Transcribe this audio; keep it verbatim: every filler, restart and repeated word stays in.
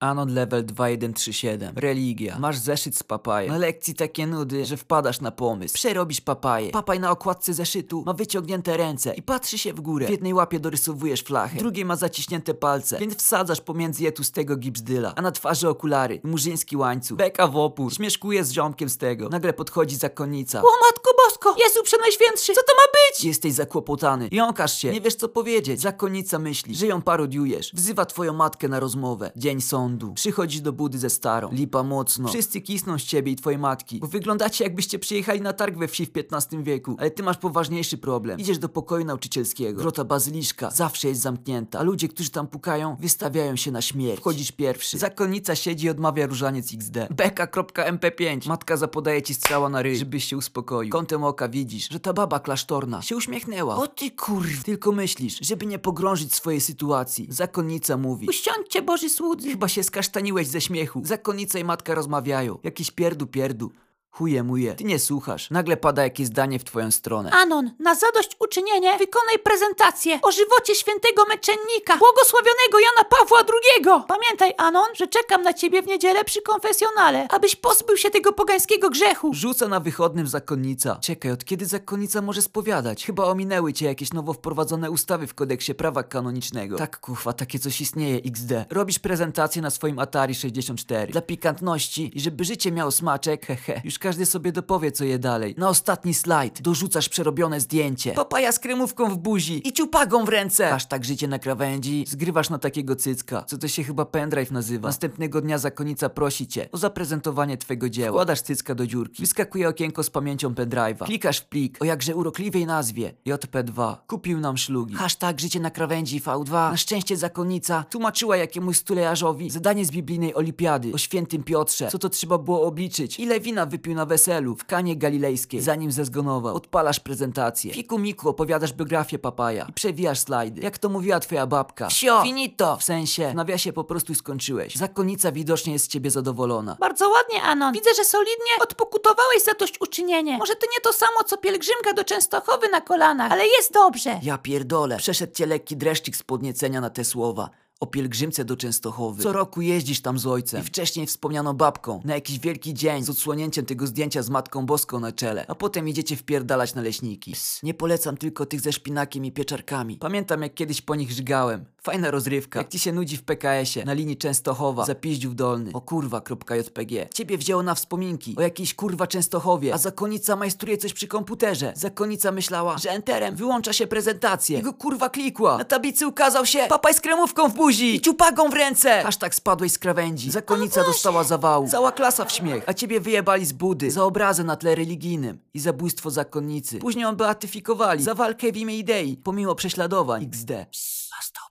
Anon level dwa jeden trzy siedem. Religia. Masz zeszyt z papajem. Na lekcji takie nudy, że wpadasz na pomysł. Przerobisz papaję. Papaj na okładce zeszytu ma wyciągnięte ręce i patrzy się w górę. W jednej łapie dorysowujesz flachę, w drugiej ma zaciśnięte palce, więc wsadzasz pomiędzy je tustego gipsdyla. A na twarzy okulary, murzyński łańcuch, beka w opór. Śmieszkuje z ziomkiem z tego. Nagle podchodzi zakonnica. O matko bosko! Jezu przenajświętszy! Co to ma być? Jesteś zakłopotany. Jąkasz się. Nie wiesz co powiedzieć. Zakonnica myśli, że ją parodiujesz. Wzywa twoją matkę na rozmowę. Dzień sądu. Przychodzisz do budy ze starą. Lipa mocno. Wszyscy kisną z ciebie i twojej matki, bo wyglądacie jakbyście przyjechali na targ we wsi w piętnastym wieku. Ale ty masz poważniejszy problem. Idziesz do pokoju nauczycielskiego. Grota bazyliszka zawsze jest zamknięta, a ludzie, którzy tam pukają, wystawiają się na śmierć. Wchodzisz pierwszy. Zakonnica siedzi i odmawia różaniec iks de. beka kropka em pe pięć. Matka zapodaje ci strzała na ryj, żebyś się uspokoił. Kątem oka widzisz, że ta baba klasztorna się uśmiechnęła. O ty kurw. Tylko myślisz, żeby nie pogrążyć swojej sytuacji. Zakonnica mówi: Usiądźcie, Boży słudzy. chyba się skasztaniłeś ze śmiechu. Zakonnica i matka rozmawiają. Jakiś pierdu pierdu. Chuje muje. Ty nie słuchasz. Nagle pada jakieś zdanie w twoją stronę. Anon, na zadośćuczynienie wykonaj prezentację o żywocie świętego męczennika, błogosławionego Jana Pawła drugiego. Pamiętaj, Anon, że czekam na ciebie w niedzielę przy konfesjonale, abyś pozbył się tego pogańskiego grzechu. Rzuca na wychodnym zakonnica. Czekaj, od kiedy zakonnica może spowiadać? Chyba ominęły cię jakieś nowo wprowadzone ustawy w kodeksie prawa kanonicznego. Tak, kuchwa, takie coś istnieje iks de. Robisz prezentację na swoim Atari sześćdziesiąt cztery. Dla pikantności i żeby życie miało smaczek, hehe. Już każdy sobie dopowie, co je dalej. Na ostatni slajd dorzucasz przerobione zdjęcie. Papaja z kremówką w buzi i ciupagą w ręce. Hashtag życie na krawędzi. Zgrywasz na takiego cycka, co to się chyba pendrive nazywa. Następnego dnia zakonnica prosi cię o zaprezentowanie twego dzieła. Wkładasz cycka do dziurki. Wyskakuje okienko z pamięcią pendrive'a. Klikasz w plik o jakże urokliwej nazwie J P dwa. Kupił nam szlugi. Hashtag życie na krawędzi V dwa. Na szczęście zakonnica tłumaczyła jakiemuś stulejarzowi zadanie z biblijnej olimpiady o świętym Piotrze. Co to trzeba było obliczyć? Ile wina wypił na weselu w Kanie Galilejskiej, zanim zezgonował. Odpalasz prezentację. Fiku miku opowiadasz biografię papaja i przewijasz slajdy. Jak to mówiła twoja babka. Wsio! Finito! W sensie, w nawiasie po prostu skończyłeś. Zakonnica widocznie jest z ciebie zadowolona. Bardzo ładnie, Anon. Widzę, że solidnie odpokutowałeś zadośćuczynienie. Może to nie to samo, co pielgrzymka do Częstochowy na kolanach, ale jest dobrze. Ja pierdolę. Przeszedł cię lekki dreszczyk z podniecenia na te słowa. O pielgrzymce do Częstochowy. Co roku jeździsz tam z ojcem i wcześniej wspomnianą babką na jakiś wielki dzień z odsłonięciem tego zdjęcia z Matką Boską na czele, a potem idziecie wpierdalać na leśniki. Psst, nie polecam tylko tych ze szpinakiem i pieczarkami. Pamiętam, jak kiedyś po nich żygałem. Fajna rozrywka. Jak ci się nudzi w pe ka esie na linii Częstochowa, Zapiździów Dolny, o kurwa .jpg. Ciebie wzięło na wspominki o jakiejś kurwa Częstochowie, a zakonnica majstruje coś przy komputerze. Zakonnica myślała, że enterem wyłącza się prezentację. Jego kurwa klikła. Na tablicy ukazał się papaj z kremówką w buzi i ciupagą w ręce. Hashtag spadłeś z krawędzi. Zakonnica dostała zawału. Cała klasa w śmiech, a ciebie wyjebali z budy za obrazę na tle religijnym i zabójstwo zakonnicy. Później ją beatyfikowali za walkę w imię idei, pomimo prześladowań iks de. Psst,